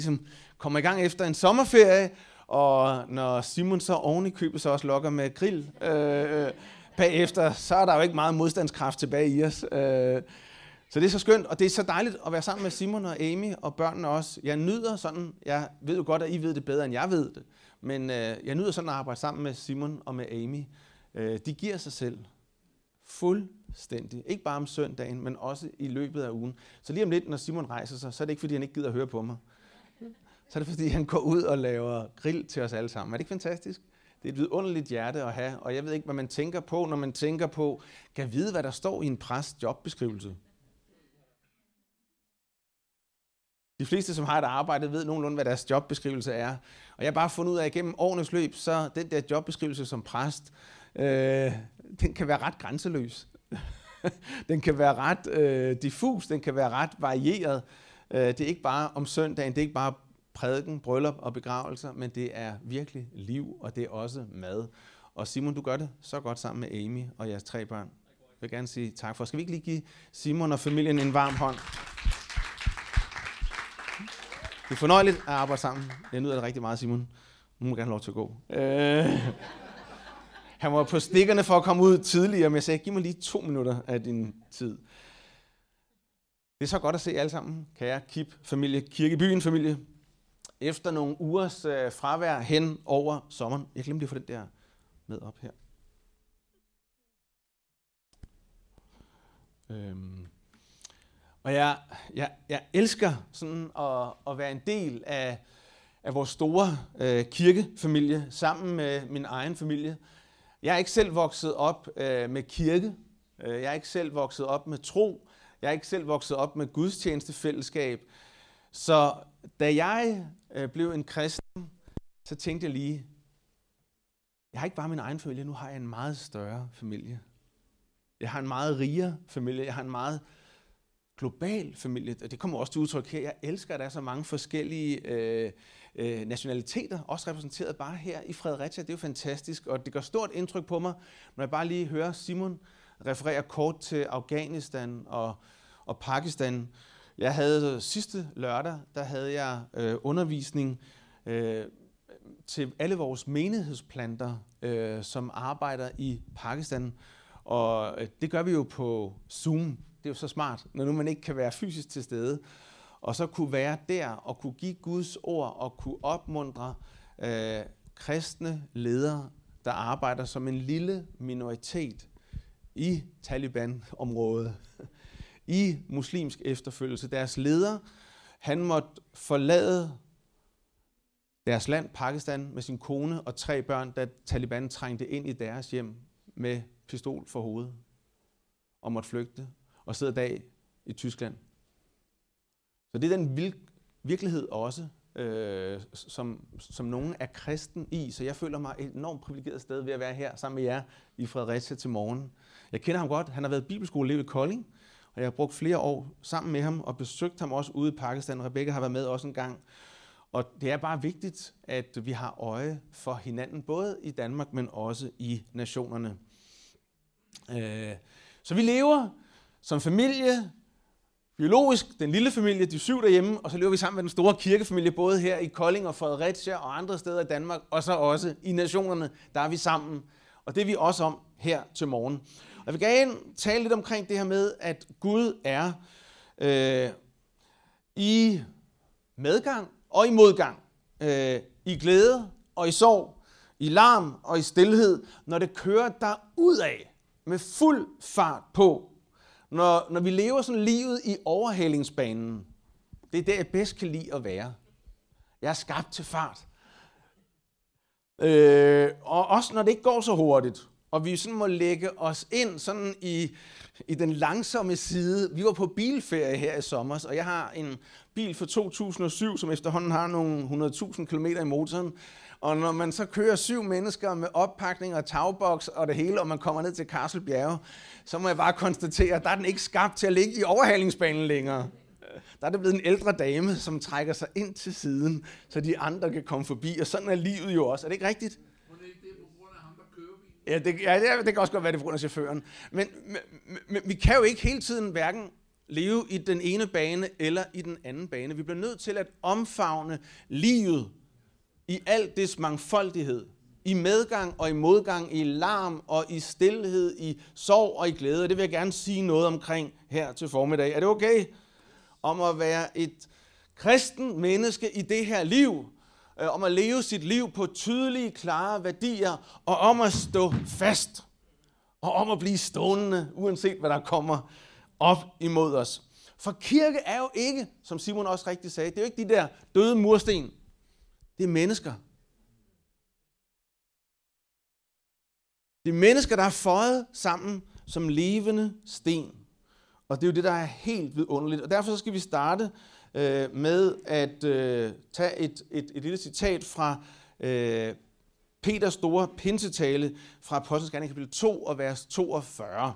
ligesom kommer i gang efter en sommerferie, og når Simon så oven i købet så også lokker med grill bagefter, så er der jo ikke meget modstandskraft tilbage i os. Så det er så skønt, og det er så dejligt at være sammen med Simon og Amy og børnene også. Jeg nyder sådan, jeg ved jo godt, at I ved det bedre, end jeg ved det, men jeg nyder sådan at arbejde sammen med Simon og med Amy. De giver sig selv fuldstændig. Ikke bare om søndagen, men også i løbet af ugen. Så lige om lidt, når Simon rejser sig, så er det ikke, fordi han ikke gider at høre på mig. Så er det, fordi han går ud og laver grill til os alle sammen. Er det ikke fantastisk? Det er et vidunderligt hjerte at have, og jeg ved ikke, hvad man tænker på, når man tænker på, kan vide, hvad der står i en præsts jobbeskrivelse. De fleste, som har et arbejde, ved nogenlunde, hvad deres jobbeskrivelse er. Og jeg har bare fundet ud af, at gennem årenes løb, så den der jobbeskrivelse som præst, den kan være ret grænseløs. Den kan være ret diffus, den kan være ret varieret. Det er ikke bare om søndagen, det er ikke bare prædiken, bryllup og begravelser, men det er virkelig liv, og det er også mad. Og Simon, du gør det så godt sammen med Amy og jeres 3 børn. Jeg vil gerne sige tak for. Skal vi ikke lige give Simon og familien en varm hånd? Det er fornøjeligt at arbejde sammen. Jeg nyder det rigtig meget, Simon. Nu må du gerne have lov til at gå. Han var på stikkerne for at komme ud tidligere, men jeg sagde, giv mig lige 2 minutter af din tid. Det er så godt at se alle sammen, kære KIP-familie, Kirkebyen familie. Efter nogle ugers fravær hen over sommeren. Jeg glemte lige at få den der med op her. Og jeg elsker sådan at være en del af vores store kirkefamilie, sammen med min egen familie. Jeg er ikke selv vokset op med kirke. Jeg er ikke selv vokset op med tro. Jeg er ikke selv vokset op med gudstjenestefællesskab. Så da jeg blev en kristen, så tænkte jeg lige, jeg har ikke bare min egen familie, nu har jeg en meget større familie. Jeg har en meget rigere familie, jeg har en meget global familie. Det kommer også til udtryk her. Jeg elsker, at der er så mange forskellige nationaliteter, også repræsenteret bare her i Fredericia. Det er jo fantastisk, og det gør stort indtryk på mig, når jeg bare lige hører Simon referere kort til Afghanistan og Pakistan. Jeg havde sidste lørdag, der havde jeg undervisning til alle vores menighedsplanter, som arbejder i Pakistan. Og det gør vi jo på Zoom. Det er jo så smart, når nu man ikke kan være fysisk til stede. Og så kunne være der og kunne give Guds ord og kunne opmuntre kristne ledere, der arbejder som en lille minoritet i Taliban-området, i muslimsk efterfølgelse. Deres leder, han måtte forlade deres land, Pakistan, med sin kone og 3 børn, da Taliban trængte ind i deres hjem med pistol for hovedet og måtte flygte og sidde dag i Tyskland. Så det er den virkelighed også, som nogen er kristen i. Så jeg føler mig et enormt privilegeret sted ved at være her sammen med jer i Fredericia til morgen. Jeg kender ham godt. Han har været bibelskoleelev i Kolding, og jeg har brugt flere år sammen med ham og besøgt ham også ude i Pakistan. Rebecca har været med også en gang. Og det er bare vigtigt, at vi har øje for hinanden, både i Danmark, men også i nationerne. Så vi lever som familie, biologisk, den lille familie, de 7 derhjemme, og så lever vi sammen med den store kirkefamilie, både her i Kolding og Fredericia og andre steder i Danmark, og så også i nationerne, der er vi sammen. Og det er vi også om her til morgen. Og jeg vil gerne tale lidt omkring det her med, at Gud er i medgang og i modgang, i glæde og i sorg, i larm og i stilhed, når det kører derudad med fuld fart på. Når vi lever sådan livet i overhalingsbanen, det er der, jeg bedst kan lide at være. Jeg er skabt til fart. Og også når det ikke går så hurtigt, og vi sådan må lægge os ind sådan i den langsomme side. Vi var på bilferie her i sommer, og jeg har en bil fra 2007, som efterhånden har nogle 100.000 km i motoren. Og når man så kører 7 mennesker med oppakning og tagboks og det hele, og man kommer ned til Karselbjerge, så må jeg bare konstatere, at der er den ikke skabt til at ligge i overhalingsbanen længere. Der er det blevet en ældre dame, som trækker sig ind til siden, så de andre kan komme forbi. Og sådan er livet jo også. Er det ikke rigtigt? Ja, det kan også godt være, det er på grund af chaufføren. Men vi kan jo ikke hele tiden hverken leve i den ene bane eller i den anden bane. Vi bliver nødt til at omfavne livet i al dets mangfoldighed. I medgang og i modgang, i larm og i stilhed, i sorg og i glæde. Det vil jeg gerne sige noget omkring her til formiddag. Er det okay? Om at være et kristen menneske i det her liv. Om at leve sit liv på tydelige, klare værdier. Og om at stå fast. Og om at blive stående, uanset hvad der kommer op imod os. For kirke er jo ikke, som Simon også rigtigt sagde, det er jo ikke de der døde mursten. Det er mennesker. Det er mennesker, der er føjet sammen som levende sten. Og det er jo det, der er helt vidunderligt. Og derfor skal vi starte med at tage et lille citat fra Peters store pinsetale fra Apostlenes Gerninger kapitel 2 og vers 42.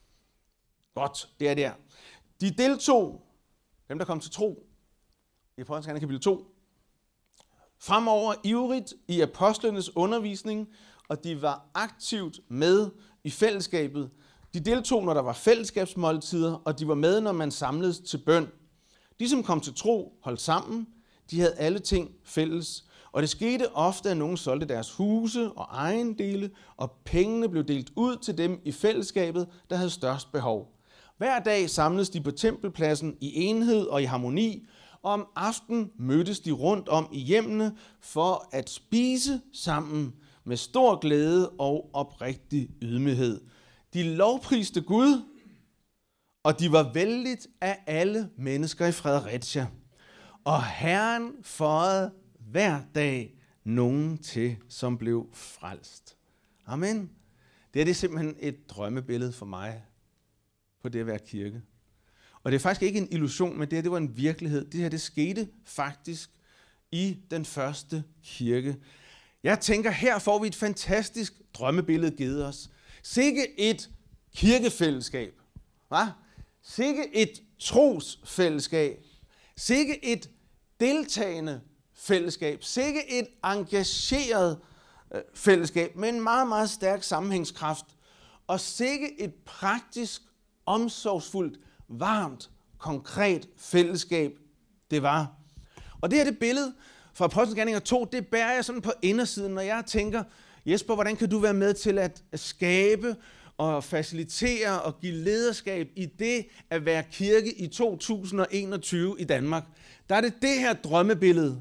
Godt, det er der. De deltog, dem der kom til tro, i Apostlenes Gerninger kapitel 2, fremover ivrigt i apostlenes undervisning, og de var aktivt med i fællesskabet. De deltog, når der var fællesskabsmåltider, og de var med, når man samledes til bøn. De, som kom til tro, holdt sammen. De havde alle ting fælles. Og det skete ofte, at nogen solgte deres huse og ejendele, og pengene blev delt ud til dem i fællesskabet, der havde størst behov. Hver dag samledes de på tempelpladsen i enhed og i harmoni, og om aftenen mødtes de rundt om i hjemmene for at spise sammen med stor glæde og oprigtig ydmyghed. De lovpriste Gud, og de var vældigt af alle mennesker i Fredericia. Og Herren føjede hver dag nogen til, som blev frelst. Amen. Det er simpelthen et drømmebillede for mig på det at være kirke. Og det er faktisk ikke en illusion, men det var en virkelighed. Det her, det skete faktisk i den første kirke. Jeg tænker, her får vi et fantastisk drømmebillede givet os. Sikke et kirkefællesskab. Hva? Sikke et trosfællesskab. Sikke et deltagende fællesskab. Sikke et engageret fællesskab med en meget, meget stærk sammenhængskraft. Og sikke et praktisk, omsorgsfuldt, varmt, konkret fællesskab det var. Og det her det billede fra Apostlenes Gerninger 2, det bærer jeg sådan på indersiden, når jeg tænker, Jesper, hvordan kan du være med til at skabe og facilitere og give lederskab i det at være kirke i 2021 i Danmark? Der er det her drømmebillede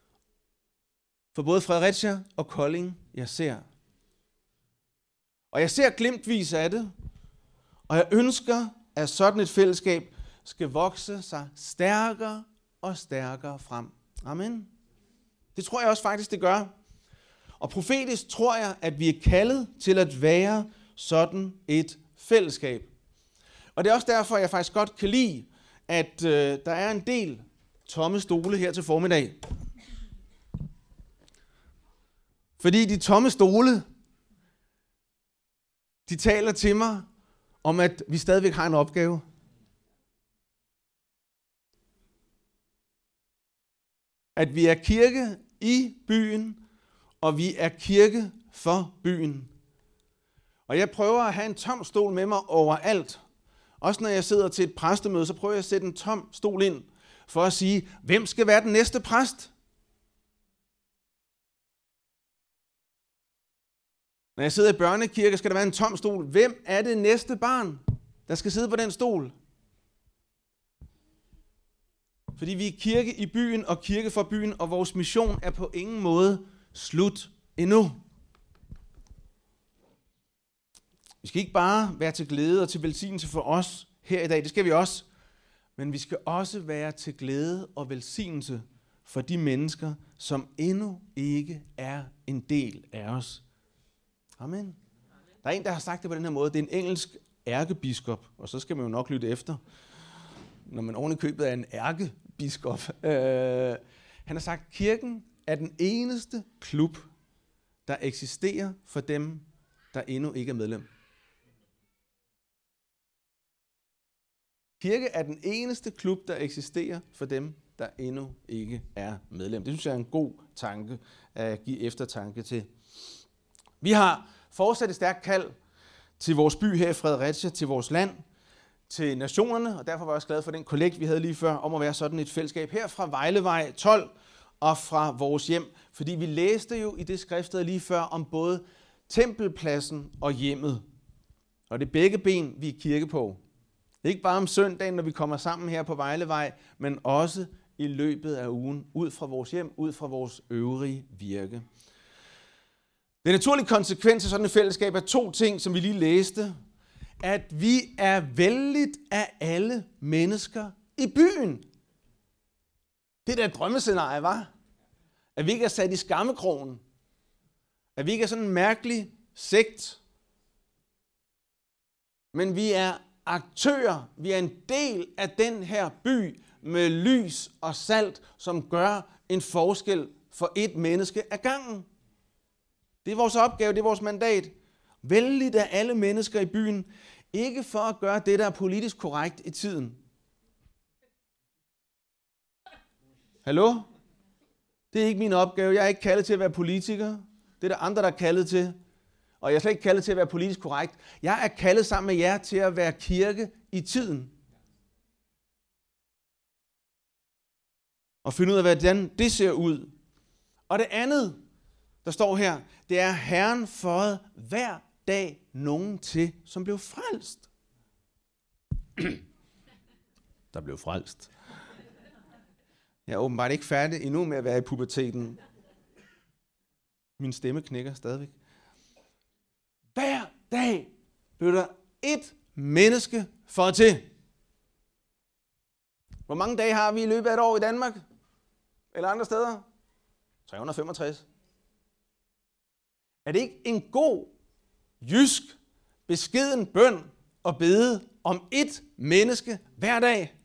for både Fredericia og Kolding, jeg ser. Og jeg ser glimtvis af det, og jeg ønsker, at sådan et fællesskab skal vokse sig stærkere og stærkere frem. Amen. Det tror jeg også faktisk, det gør. Og profetisk tror jeg, at vi er kaldet til at være sådan et fællesskab. Og det er også derfor, jeg faktisk godt kan lide, at der er en del tomme stole her til formiddag. Fordi de tomme stole, de taler til mig om, at vi stadigvæk har en opgave. At vi er kirke i byen, og vi er kirke for byen. Og jeg prøver at have en tom stol med mig overalt. Også når jeg sidder til et præstemøde, så prøver jeg at sætte en tom stol ind, for at sige, hvem skal være den næste præst? Når jeg sidder i børnekirke, skal der være en tom stol. Hvem er det næste barn, der skal sidde på den stol? Fordi vi er kirke i byen og kirke for byen, og vores mission er på ingen måde slut endnu. Vi skal ikke bare være til glæde og til velsignelse for os her i dag, det skal vi også. Men vi skal også være til glæde og velsignelse for de mennesker, som endnu ikke er en del af os. Amen. Der er en, der har sagt det på den her måde. Det er en engelsk ærkebiskop, og så skal man jo nok lytte efter, når man oven i købet er en ærkebiskop. Han har sagt, kirken er den eneste klub, der eksisterer for dem, der endnu ikke er medlem. Kirke er den eneste klub, der eksisterer for dem, der endnu ikke er medlem. Det synes jeg er en god tanke at give eftertanke til. Vi har fortsat et stærkt kald til vores by her i Fredericia, til vores land, til nationerne, og derfor var jeg også glad for den kollekt, vi havde lige før, om at være sådan et fællesskab her fra Vejlevej 12 og fra vores hjem. Fordi vi læste jo i det skriftsted lige før om både tempelpladsen og hjemmet. Og det er begge ben, vi er kirke på. Ikke bare om søndagen, når vi kommer sammen her på Vejlevej, men også i løbet af ugen, ud fra vores hjem, ud fra vores øvrige virke. Den naturlige konsekvens af sådan et fællesskab er 2 ting, som vi lige læste. At vi er vældigt af alle mennesker i byen. Det er da et drømmescenarie, hva'? At vi ikke er sat i skammekrogen. At vi ikke er sådan en mærkelig sekt. Men vi er aktører. Vi er en del af den her by med lys og salt, som gør en forskel for et menneske ad gangen. Det er vores opgave, det er vores mandat. Vældigt af alle mennesker i byen. Ikke for at gøre det, der er politisk korrekt i tiden. Hallo? Det er ikke min opgave. Jeg er ikke kaldet til at være politiker. Det er der andre, der er kaldet til. Og jeg er slet ikke kaldet til at være politisk korrekt. Jeg er kaldet sammen med jer til at være kirke i tiden. Og finde ud af, hvordan det ser ud. Og det andet, der står her, det er, Herren føjede hver dag nogen til, som blev frelst. Der blev frelst. Jeg er åbenbart ikke færdig endnu med at være i puberteten. Min stemme knækker stadigvæk. Hver dag blev der et menneske føjet til. Hvor mange dage har vi i løbet af et år i Danmark? Eller andre steder? 365. Er det ikke en god, jysk, beskeden bøn at bede om et menneske hver dag?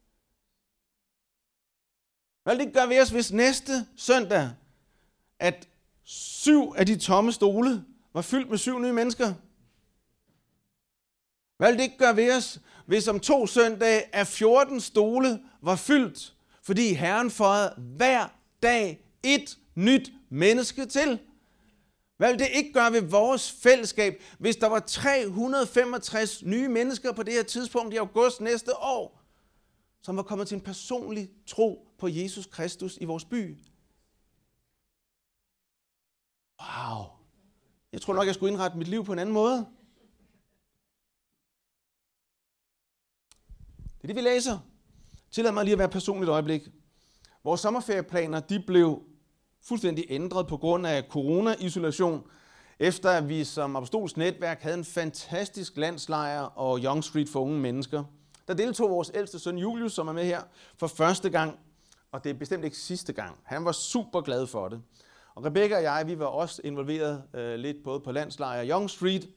Hvad vil det gøre ved os, hvis næste søndag, at 7 af de tomme stole var fyldt med 7 nye mennesker? Hvad vil det ikke gøre ved os, hvis om 2 søndage af 14 stole var fyldt, fordi Herren føjede hver dag et nyt menneske til? Hvad vil det ikke gøre ved vores fællesskab, hvis der var 365 nye mennesker på det her tidspunkt i august næste år, som var kommet til en personlig tro på Jesus Kristus i vores by? Wow. Jeg tror nok, jeg skulle indrette mit liv på en anden måde. Det er det, vi læser. Tillad mig lige at være personligt et øjeblik. Vores sommerferieplaner, de blev fuldstændig ændret på grund af corona-isolation, efter at vi som apostolsk netværk havde en fantastisk landslejr og Young Street for unge mennesker. Der deltog vores ældste søn Julius, som er med her for første gang, og det er bestemt ikke sidste gang. Han var super glad for det. Og Rebecca og jeg, vi var også involveret lidt både på landslejr og Young Street.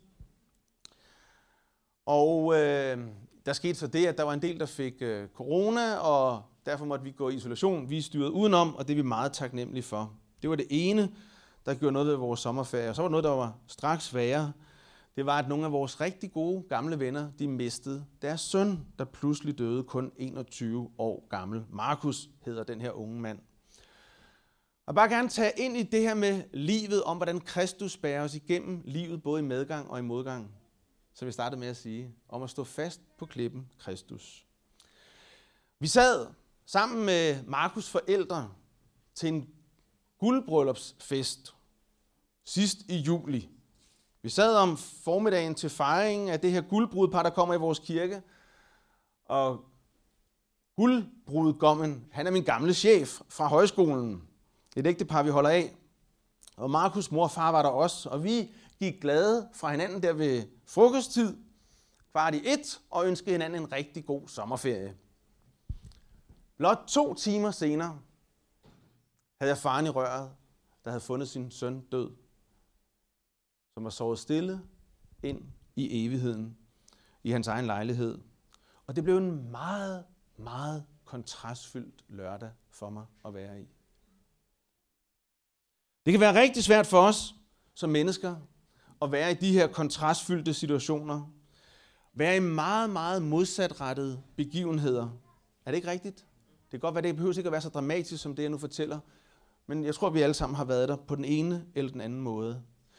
Og der skete så det, at der var en del, der fik corona, og derfor måtte vi gå i isolation. Vi styrede udenom, og det er vi meget taknemmelige for. Det var det ene, der gjorde noget ved vores sommerferie. Og så var noget, der var straks værre. Det var, at nogle af vores rigtig gode gamle venner, de mistede deres søn, der pludselig døde kun 21 år gammel. Markus hedder den her unge mand. Og bare gerne tage ind i det her med livet, om hvordan Kristus bærer os igennem livet, både i medgang og i modgang. Som vi startede med at sige, om at stå fast på klippen Kristus. Vi sad sammen med Markus' forældre til en guldbryllupsfest sidst i juli. Vi sad om formiddagen til fejringen af det her guldbrudepar, der kommer i vores kirke. Og guldbrudgommen, han er min gamle chef fra højskolen. Et ægtepar, vi holder af. Og Markus' mor og far var der også, og vi gik glade fra hinanden der ved frokosttid, 12:45, og ønskede hinanden en rigtig god sommerferie. Blot 2 timer senere havde jeg faren i røret, der havde fundet sin søn død, som var sovet stille ind i evigheden i hans egen lejlighed. Og det blev en meget, meget kontrastfyldt lørdag for mig at være i. Det kan være rigtig svært for os som mennesker at være i de her kontrastfyldte situationer. Være i meget, meget modsatrettede begivenheder. Er det ikke rigtigt? Det kan godt være, det behøver ikke at være så dramatisk, som det jeg nu fortæller. Men jeg tror, vi alle sammen har været der på den ene eller den anden måde.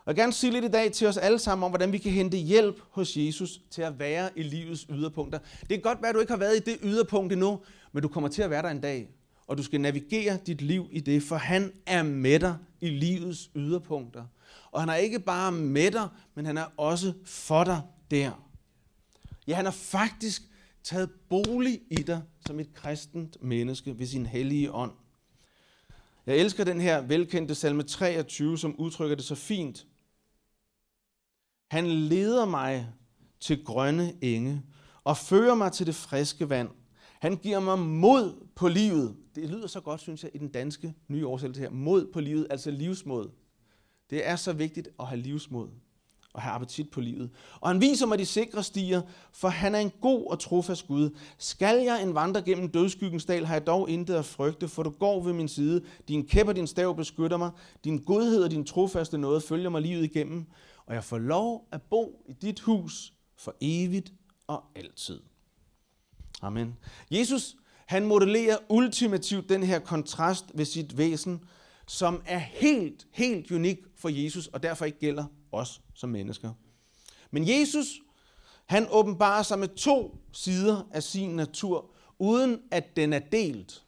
jeg vil gerne sige lidt i dag til os alle sammen om, hvordan vi kan hente hjælp hos Jesus til at være i livets yderpunkter. Det kan godt være, at du ikke har været i det yderpunkt endnu, men du kommer til at være der en dag. Og du skal navigere dit liv i det, for han er med dig i livets yderpunkter. Og han er ikke bare med dig, men han er også for dig der. Ja, han har faktisk taget bolig i dig som et kristent menneske ved sin hellige ånd. Jeg elsker den her velkendte salme 23, som udtrykker det så fint. Han leder mig til grønne enge og fører mig til det friske vand. Han giver mig mod på livet. Det lyder så godt, synes jeg, i den danske nye oversættelse her. Mod på livet, altså livsmod. Det er så vigtigt at have livsmod og have appetit på livet. Og han viser mig de sikre stier, for han er en god og trofast Gud. Skal jeg en vandre gennem dødsskyggens dal, har jeg dog intet at frygte, for du går ved min side. Din kæp og din stav beskytter mig. Din godhed og din trofaste nåde følger mig livet igennem. Og jeg får lov at bo i dit hus for evigt og altid. Amen. Jesus, han modellerer ultimativt den her kontrast ved sit væsen, som er helt unik for Jesus, og derfor ikke gælder os som mennesker. Men Jesus, han åbenbarer sig med 2 sider af sin natur, uden at den er delt.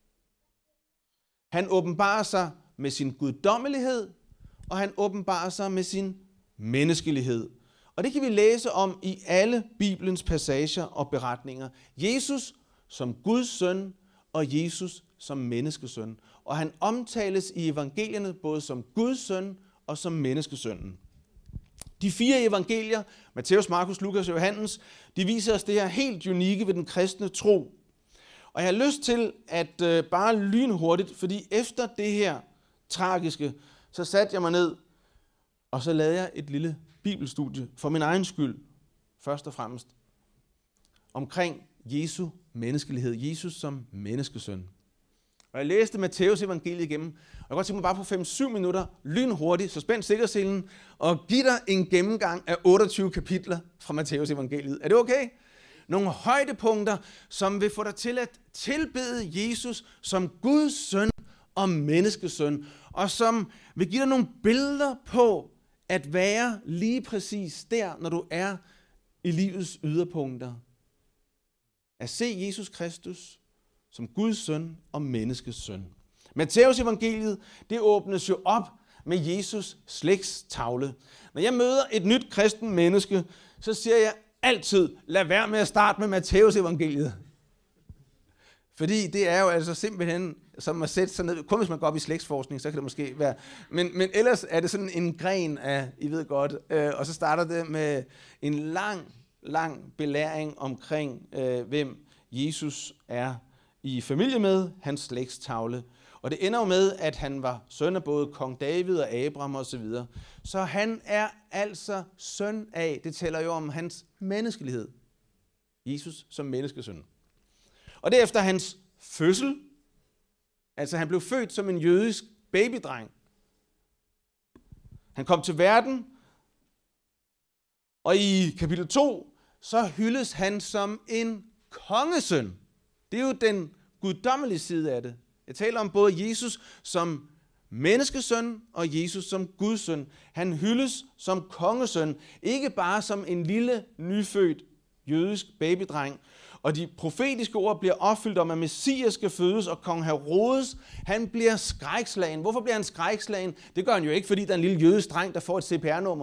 Han åbenbarer sig med sin guddommelighed, og han åbenbarer sig med sin menneskelighed. Og det kan vi læse om i alle Bibelens passager og beretninger. Jesus som Guds søn, og Jesus som menneskesøn. Og han omtales i evangelierne både som Guds søn og som menneskesønnen. De 4 evangelier, Matthæus, Markus, Lukas og Johannes, de viser os det her helt unikke ved den kristne tro. Og jeg har lyst til at bare lynhurtigt, fordi efter det her tragiske, så satte jeg mig ned, og så lavede jeg et lille bibelstudie for min egen skyld, først og fremmest, omkring Jesu menneskelighed, Jesus som menneskesøn. Og jeg læste Matthæus evangeliet igennem, og jeg kan godt tænke mig bare på 5-7 minutter, lynhurtigt, så spænd sikkerhedsselen, og giv dig en gennemgang af 28 kapitler fra Matthæus evangeliet. Er det okay? Nogle højdepunkter, som vil få dig til at tilbede Jesus som Guds søn og menneskesøn, og som vil give dig nogle billeder på at være lige præcis der, når du er i livets yderpunkter. At se Jesus Kristus som Guds søn og menneskes søn. Matthæus evangeliet, det åbnes jo op med Jesus slægtstavle. Når jeg møder et nyt kristen menneske, så siger jeg altid, lad være med at starte med Matthæus evangeliet. Fordi det er jo altså simpelthen som at sætte sig ned. Kun hvis man går op i slægtsforskning, så kan det måske være. Men ellers er det sådan en gren af, I ved godt, og så starter det med en lang belæring omkring, hvem Jesus er i familie med, hans slægtstavle. Og det ender jo med, at han var søn af både kong David og Abraham osv. Så han er altså søn af, det tæller jo om hans menneskelighed. Jesus som menneskesøn. Og derefter hans fødsel, altså han blev født som en jødisk babydreng. Han kom til verden, og i kapitel 2, så hyldes han som en kongesøn. Det er jo den guddommelige side af det. Jeg taler om både Jesus som menneskesøn og Jesus som Guds søn. Han hyldes som kongesøn, ikke bare som en lille, nyfødt jødisk babydreng. Og de profetiske ord bliver opfyldt om, at Messias skal fødes, og kong Herodes, han bliver skrækslagen. Hvorfor bliver han skrækslagen? Det gør han jo ikke, fordi der er en lille jødisk dreng, der får et CPR-nummer.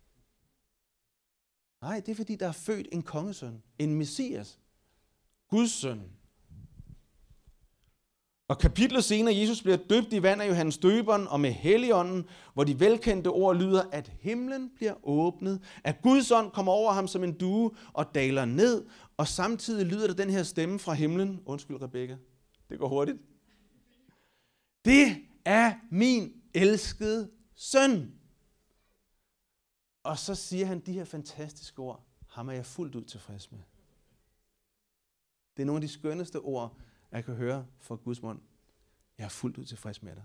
Nej, det er fordi, der er født en kongesøn, en Messias, Guds søn. Og kapitlet senere, Jesus bliver døbt i vand af Johannes Døberen og med Helligånden, hvor de velkendte ord lyder, at himlen bliver åbnet, at Guds ånd kommer over ham som en due og daler ned, og samtidig lyder der den her stemme fra himlen. Undskyld, Rebecca, det går hurtigt. Det er min elskede søn. Og så siger han de her fantastiske ord, ham er jeg fuldt ud tilfreds med. Det er nogle af de skønneste ord, jeg kan høre fra Guds mund. Jeg er fuldt ud tilfreds med dig.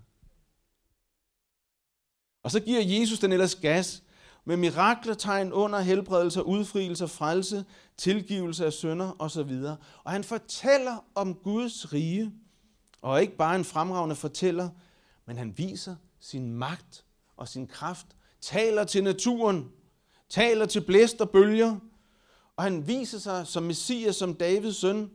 Og så giver Jesus den ellers gas med mirakler, tegn under, helbredelse, udfrielse, frelse, tilgivelse af synder osv. Og han fortæller om Guds rige, og ikke bare en fremragende fortæller, men han viser sin magt og sin kraft taler til naturen, taler til blæst og bølger, og han viser sig som Messias, som Davids søn,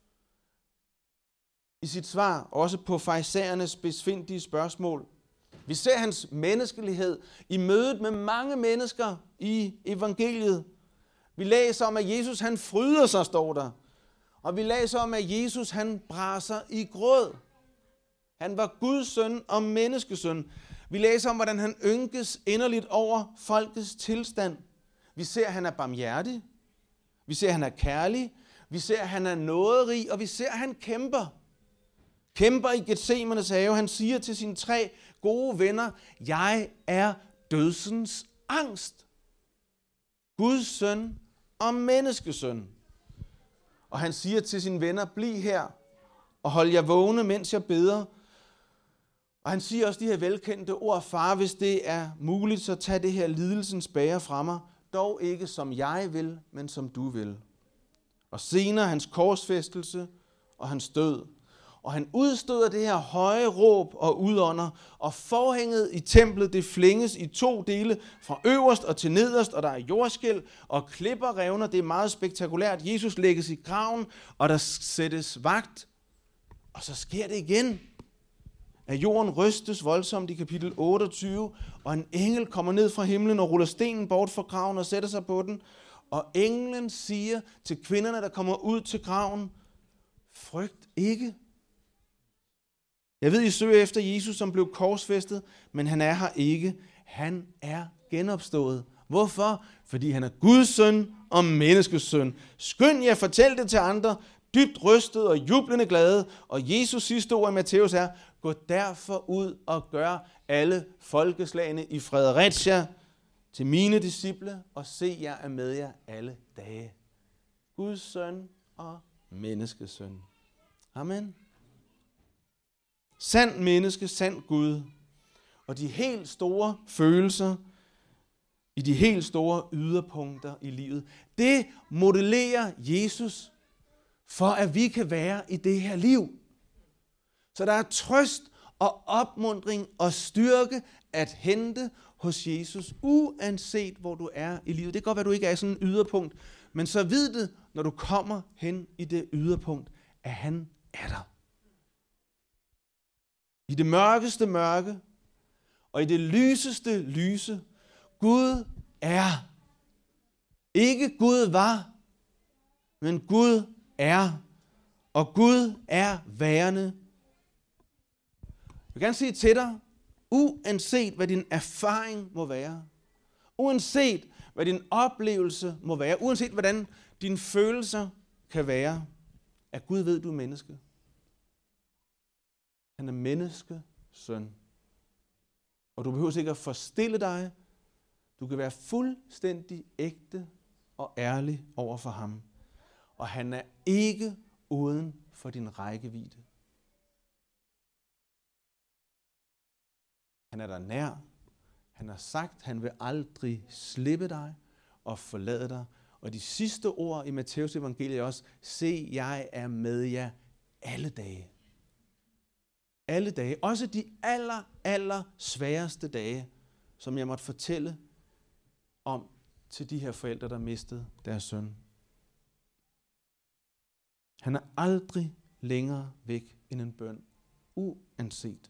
i sit svar også på farisæernes besvindelige spørgsmål. Vi ser hans menneskelighed i mødet med mange mennesker i evangeliet. Vi læser om, at Jesus han fryder sig, står der. Og vi læser om, at Jesus han braser i gråd. Han var Guds søn og menneskesøn. Vi læser om, hvordan han ynkes inderligt over folkets tilstand. Vi ser, at han er barmhjertig. Vi ser, at han er kærlig. Vi ser, at han er nåderig. Og vi ser, at han kæmper. Kæmper i Getsemanes have. Han siger til sine 3 gode venner, jeg er dødsens angst. Guds søn og menneskesøn. Og han siger til sine venner, bliv her og hold jer vågne, mens jeg beder. Og han siger også de her velkendte ord, far, hvis det er muligt, så tag det her lidelsens bæger fra mig, dog ikke som jeg vil, men som du vil. Og senere hans korsfæstelse og hans død. Og han udstøder det her høje råb og udånder, og forhænget i templet, det flænges i 2 dele, fra øverst og til nederst, og der er jordskælv, og klipper revner, det er meget spektakulært. Jesus lægges i graven, og der sættes vagt, og så sker det igen. At jorden rystes voldsomt i kapitel 28, og en engel kommer ned fra himlen og ruller stenen bort fra graven og sætter sig på den, og englen siger til kvinderne, der kommer ud til graven, frygt ikke. Jeg ved, I søger efter Jesus, som blev korsfæstet, men han er her ikke. Han er genopstået. Hvorfor? Fordi han er Guds søn og menneskes søn. Skynd jer, fortæl det til andre, dybt rystet og jublende glade. Og Jesus sidste ord i Matthæus er, gå derfor ud og gør alle folkeslagene i Fredericia til mine disciple, og se, jeg er med jer alle dage. Guds søn og menneskes søn. Amen. Sand menneske, sand Gud. Og de helt store følelser i de helt store yderpunkter i livet, det modellerer Jesus for, at vi kan være i det her liv. Så der er trøst og opmuntring og styrke at hente hos Jesus, uanset hvor du er i livet. Det kan godt være, at du ikke er i sådan en yderpunkt, men så vid det, når du kommer hen i det yderpunkt, at han er der. I det mørkeste mørke, og i det lyseste lyse, Gud er. Ikke Gud var, men Gud er. Og Gud er værende. Jeg vil gerne sige til dig, uanset hvad din erfaring må være, uanset hvad din oplevelse må være, uanset hvordan dine følelser kan være, at Gud ved, du er menneske. Han er menneskesøn. Og du behøver ikke at forstille dig. Du kan være fuldstændig ægte og ærlig over for ham. Og han er ikke uden for din rækkevidde. Han er der nær. Han har sagt, han vil aldrig slippe dig og forlade dig. Og de sidste ord i Matthæus evangeliet er også, se, jeg er med jer alle dage. Alle dage. Også de aller sværeste dage, som jeg måtte fortælle om til de her forældre, der mistede deres søn. Han er aldrig længere væk end en bøn, uanset.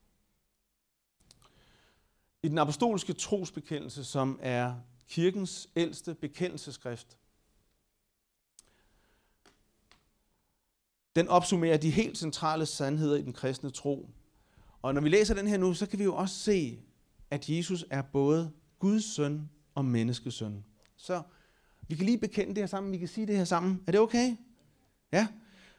I den apostolske trosbekendelse, som er kirkens ældste bekendelsesskrift, den opsummerer de helt centrale sandheder i den kristne tro. Og når vi læser den her nu, så kan vi jo også se, at Jesus er både Guds søn og menneskesøn. Så vi kan lige bekende det her sammen, vi kan sige det her sammen. Er det okay? Ja.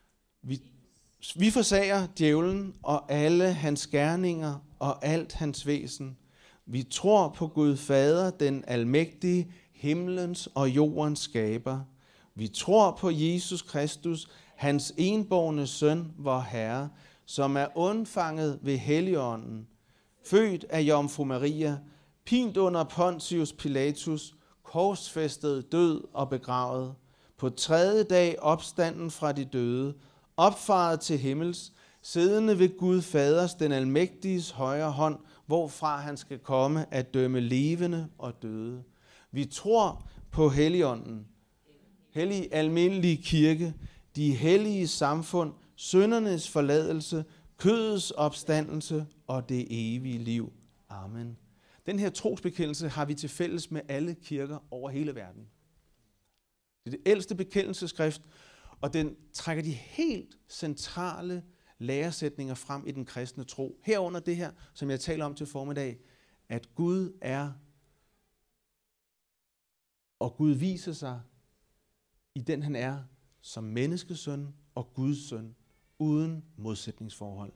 Vi forsager djævlen og alle hans gerninger og alt hans væsen. Vi tror på Gud Fader, den almægtige, himlens og jordens skaber. Vi tror på Jesus Kristus, hans enbårne søn, vor Herre, som er undfanget ved Helligånden, født af Jomfru Maria, pint under Pontius Pilatus, korsfæstet, død og begravet, på 3. dag opstanden fra de døde, opfaret til himmels, siddende ved Gud Faders, den almægtiges højre hånd, hvorfra han skal komme at dømme levende og døde. Vi tror på Helligånden, hellig almindelig kirke, de hellige samfund, syndernes forladelse, kødets opstandelse og det evige liv. Amen. Den her trosbekendelse har vi til fælles med alle kirker over hele verden. Det er det ældste bekendelsesskrift, og den trækker de helt centrale læresætninger frem i den kristne tro. Herunder det her, som jeg taler om til formiddag, at Gud er, og Gud viser sig i den han er, som menneskesøn og Guds søn, uden modsætningsforhold.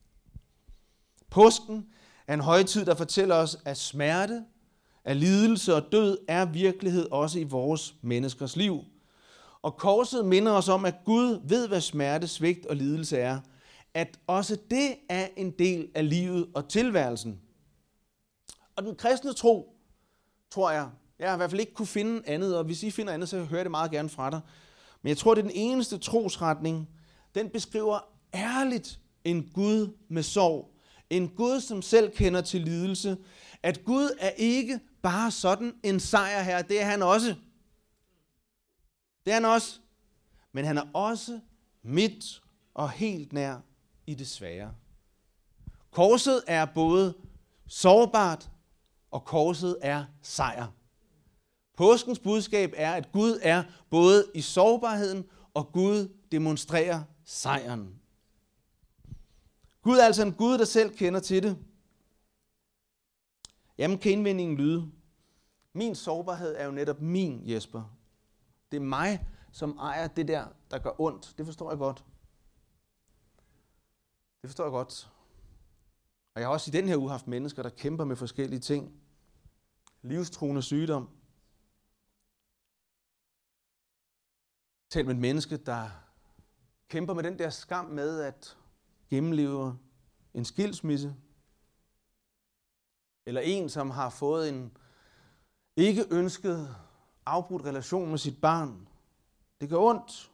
Påsken er en højtid, der fortæller os, at smerte, at lidelse og død er virkelighed også i vores menneskers liv. Og korset minder os om, at Gud ved, hvad smerte, svigt og lidelse er. At også det er en del af livet og tilværelsen. Og den kristne tro, tror jeg har i hvert fald ikke kunne finde andet, og hvis I finder andet, så hører jeg det meget gerne fra dig. Men jeg tror, det er den eneste trosretning, den beskriver ærligt en Gud med sorg. En Gud, som selv kender til lidelse. At Gud er ikke bare sådan en sejrherre, det er han også. Det er han også. Men han er også midt og helt nær i det svære. Korset er både sårbart, og korset er sejr. Påskens budskab er, at Gud er både i sårbarheden, og Gud demonstrerer sejren. Gud er altså en Gud, der selv kender til det. Jamen kan indvendingen lyde? Min sårbarhed er jo netop min, Jesper. Det er mig, som ejer det der gør ondt. Det forstår jeg godt. Det forstår jeg godt. Og jeg har også i den her uge haft mennesker, der kæmper med forskellige ting. Livstruende sygdom. Tal med et menneske, der kæmper med den der skam med at gennemleve en skilsmisse. Eller en, som har fået en ikke ønsket afbrudt relation med sit barn. Det gør ondt.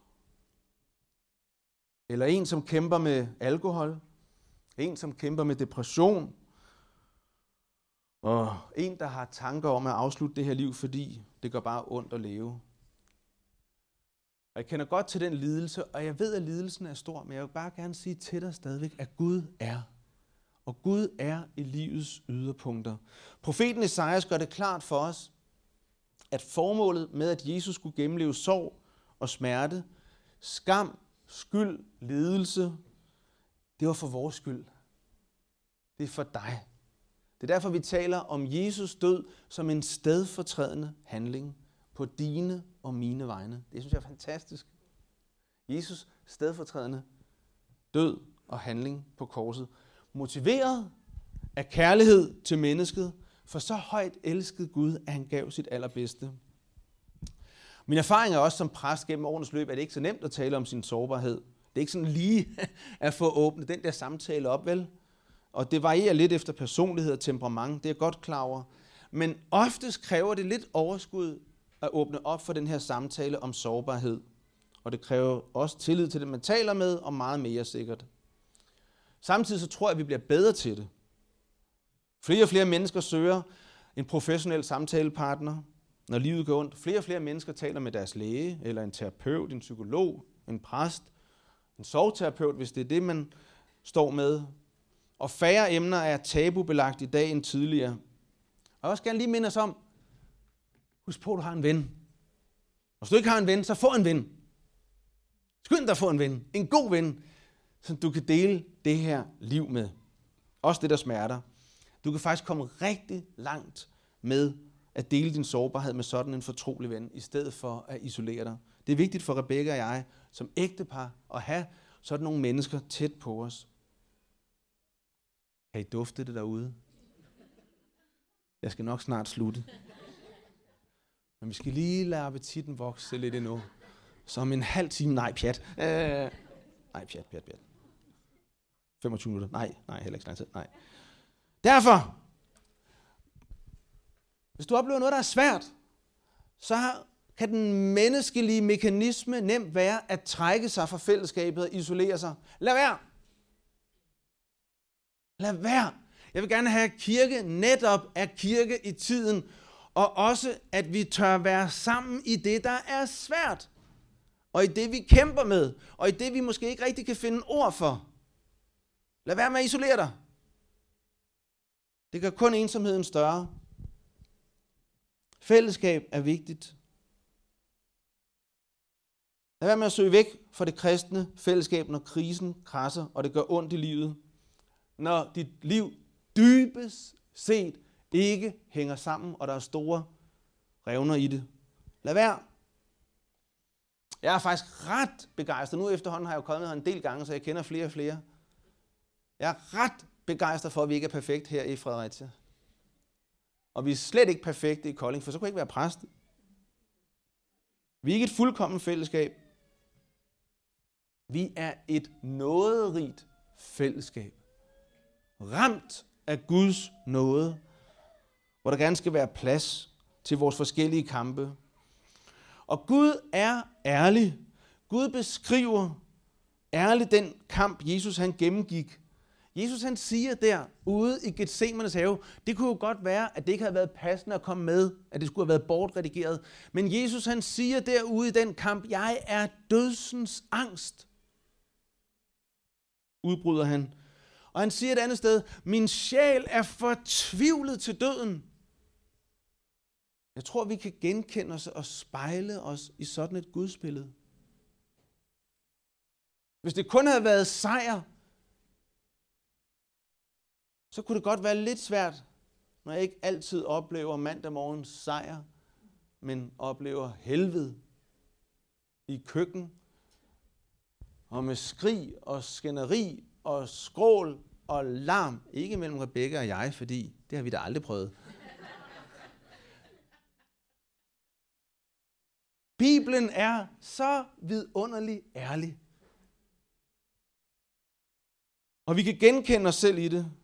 Eller en, som kæmper med alkohol. En, som kæmper med depression. Og en, der har tanker om at afslutte det her liv, fordi det gør bare ondt at leve. Og jeg kender godt til den lidelse, og jeg ved, at lidelsen er stor, men jeg vil bare gerne sige til dig stadigvæk, at Gud er. Og Gud er i livets yderpunkter. Profeten Esajas gør det klart for os, at formålet med, at Jesus skulle gennemleve sorg og smerte, skam, skyld, lidelse, det var for vores skyld. Det er for dig. Det er derfor, vi taler om Jesus død som en stedfortrædende handling på dine og mine vegne. Det synes jeg er fantastisk. Jesus stedfortrædende død og handling på korset. Motiveret af kærlighed til mennesket, for så højt elskede Gud, at han gav sit allerbedste. Min erfaring er også som præst gennem årenes løb, at det ikke er så nemt at tale om sin sårbarhed. Det er ikke sådan lige at få åbnet den der samtale op, vel? Og det varierer lidt efter personlighed og temperament, det er jeg godt klar over. Men oftest kræver det lidt overskud at åbne op for den her samtale om sårbarhed. Og det kræver også tillid til det, man taler med, og meget mere sikkert. Samtidig så tror jeg, at vi bliver bedre til det. Flere og flere mennesker søger en professionel samtalepartner, når livet går ondt. Flere og flere mennesker taler med deres læge, eller en terapeut, en psykolog, en præst, en sorgterapeut, hvis det er det, man står med. Og færre emner er tabubelagt i dag end tidligere. Og jeg vil også gerne lige minde os om, husk på, at du har en ven. Og hvis du ikke har en ven, så få en ven. Skynd dig at få en ven. En god ven, som du kan dele det her liv med. Også det, der smerter. Du kan faktisk komme rigtig langt med at dele din sårbarhed med sådan en fortrolig ven, i stedet for at isolere dig. Det er vigtigt for Rebecca og jeg, som ægtepar, at have sådan nogle mennesker tæt på os. Kan I dufte det derude? Jeg skal nok snart slutte. Men vi skal lige lade appetitten vokse lidt endnu. Som en halv time. Nej, pjat. Nej, pjat. 25 minutter. Nej, heller ikke så lang tid. Nej. Derfor, hvis du oplever noget, der er svært, så kan den menneskelige mekanisme nemt være at trække sig fra fællesskabet og isolere sig. Lad være. Lad være. Jeg vil gerne have kirke netop af kirke i tiden, og også at vi tør være sammen i det, der er svært, og i det, vi kæmper med, og i det, vi måske ikke rigtig kan finde ord for. Lad være med at isolere dig. Det gør kun ensomheden større. Fællesskab er vigtigt. Lad være med at søge væk fra det kristne fællesskab, når krisen krasser, og det gør ondt i livet. Når dit liv dybest set ikke hænger sammen, og der er store revner i det. Lad være. Jeg er faktisk ret begejstret. Nu efterhånden har jeg jo kommet her en del gange, så jeg kender flere og flere. Jeg er ret begejstret for, at vi ikke er perfekt her i Fredericia. Og vi er slet ikke perfekte i Kolding, for så kunne jeg ikke være præst. Vi er ikke et fuldkomment fællesskab. Vi er et nåderigt fællesskab. Ramt af Guds nåde, hvor der gerne skal være plads til vores forskellige kampe. Og Gud er ærlig. Gud beskriver ærligt den kamp, Jesus han gennemgik. Jesus han siger der ude i Getsemanes have, det kunne jo godt være, at det ikke havde været passende at komme med, at det skulle have været bortredigeret. Men Jesus han siger derude i den kamp, jeg er dødsens angst, udbryder han. Og han siger et andet sted, min sjæl er fortvivlet til døden. Jeg tror, vi kan genkende os og spejle os i sådan et gudsbillede. Hvis det kun havde været sejr, så kunne det godt være lidt svært, når jeg ikke altid oplever mandag morgens sejr, men oplever helvede i køkken, og med skrig og skænderi og skrål og larm. Ikke mellem Rebecca og jeg, fordi det har vi da aldrig prøvet. Bibelen er så vidunderlig ærlig. Og vi kan genkende os selv i det.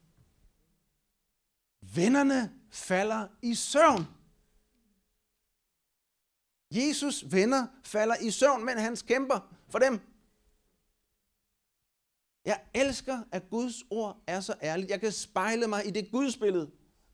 Vennerne falder i søvn. Jesus' venner falder i søvn, men han kæmper for dem. Jeg elsker, at Guds ord er så ærligt. Jeg kan spejle mig i det gudsbillede.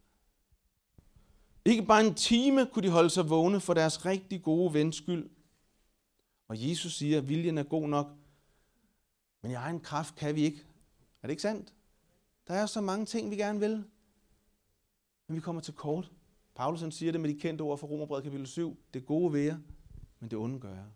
Ikke bare en time kunne de holde sig vågne for deres rigtig gode vens skyld. Og Jesus siger, at viljen er god nok, men i egen kraft kan vi ikke. Er det ikke sandt? Der er så mange ting, vi gerne vil, men vi kommer til kort. Paulus han siger det med de kendte ord fra Romerbrevet kapitel 7. Det gode vil jeg, men det onde gør jeg.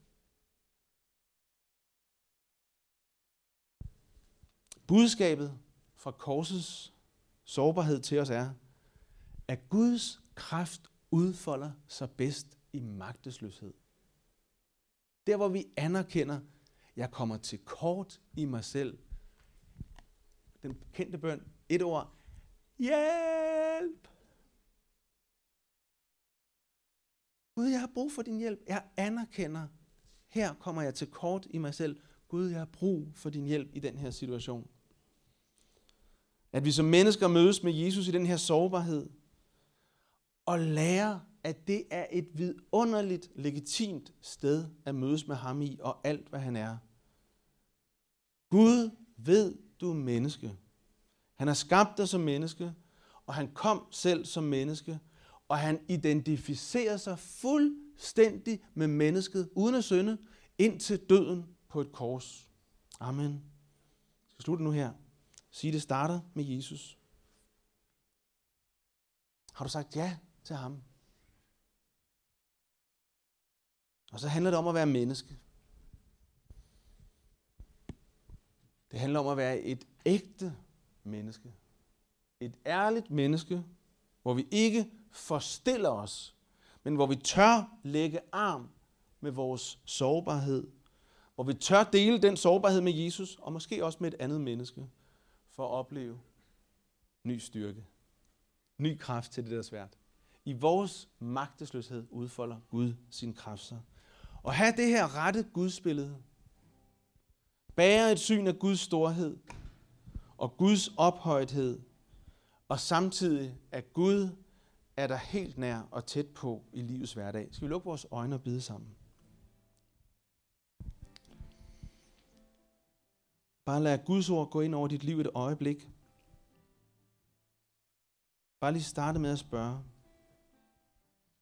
Budskabet fra korsets sårbarhed til os er, at Guds kraft udfolder sig bedst i magtesløshed. Der hvor vi anerkender, jeg kommer til kort i mig selv. Den kendte bøn, et ord, hjælp! Gud, jeg har brug for din hjælp. Jeg anerkender, her kommer jeg til kort i mig selv. Gud, jeg har brug for din hjælp i den her situation. At vi som mennesker mødes med Jesus i den her sårbarhed, og lærer, at det er et vidunderligt, legitimt sted at mødes med ham i, og alt, hvad han er. Gud ved, du er menneske. Han har skabt dig som menneske, og han kom selv som menneske, og han identificerer sig fuldstændig med mennesket, uden at synde, indtil døden på et kors. Amen. Jeg skal slutte nu her. Sig, det starter med Jesus. Har du sagt ja til ham? Og så handler det om at være menneske. Det handler om at være et ægte menneske. Et ærligt menneske, hvor vi ikke forstiller os, men hvor vi tør lægge arm med vores sårbarhed. Hvor vi tør dele den sårbarhed med Jesus, og måske også med et andet menneske, for at opleve ny styrke. Ny kraft til det, der er svært. I vores magtesløshed udfolder Gud sin kraft sig. Og have det her rette gudsbillede. Bære et syn af Guds storhed og Guds ophøjethed. Og samtidig, at Gud er der helt nær og tæt på i livets hverdag. Skal vi lukke vores øjne og bide sammen? Bare lad Guds ord gå ind over dit liv et øjeblik. bare lige starte med at spørge,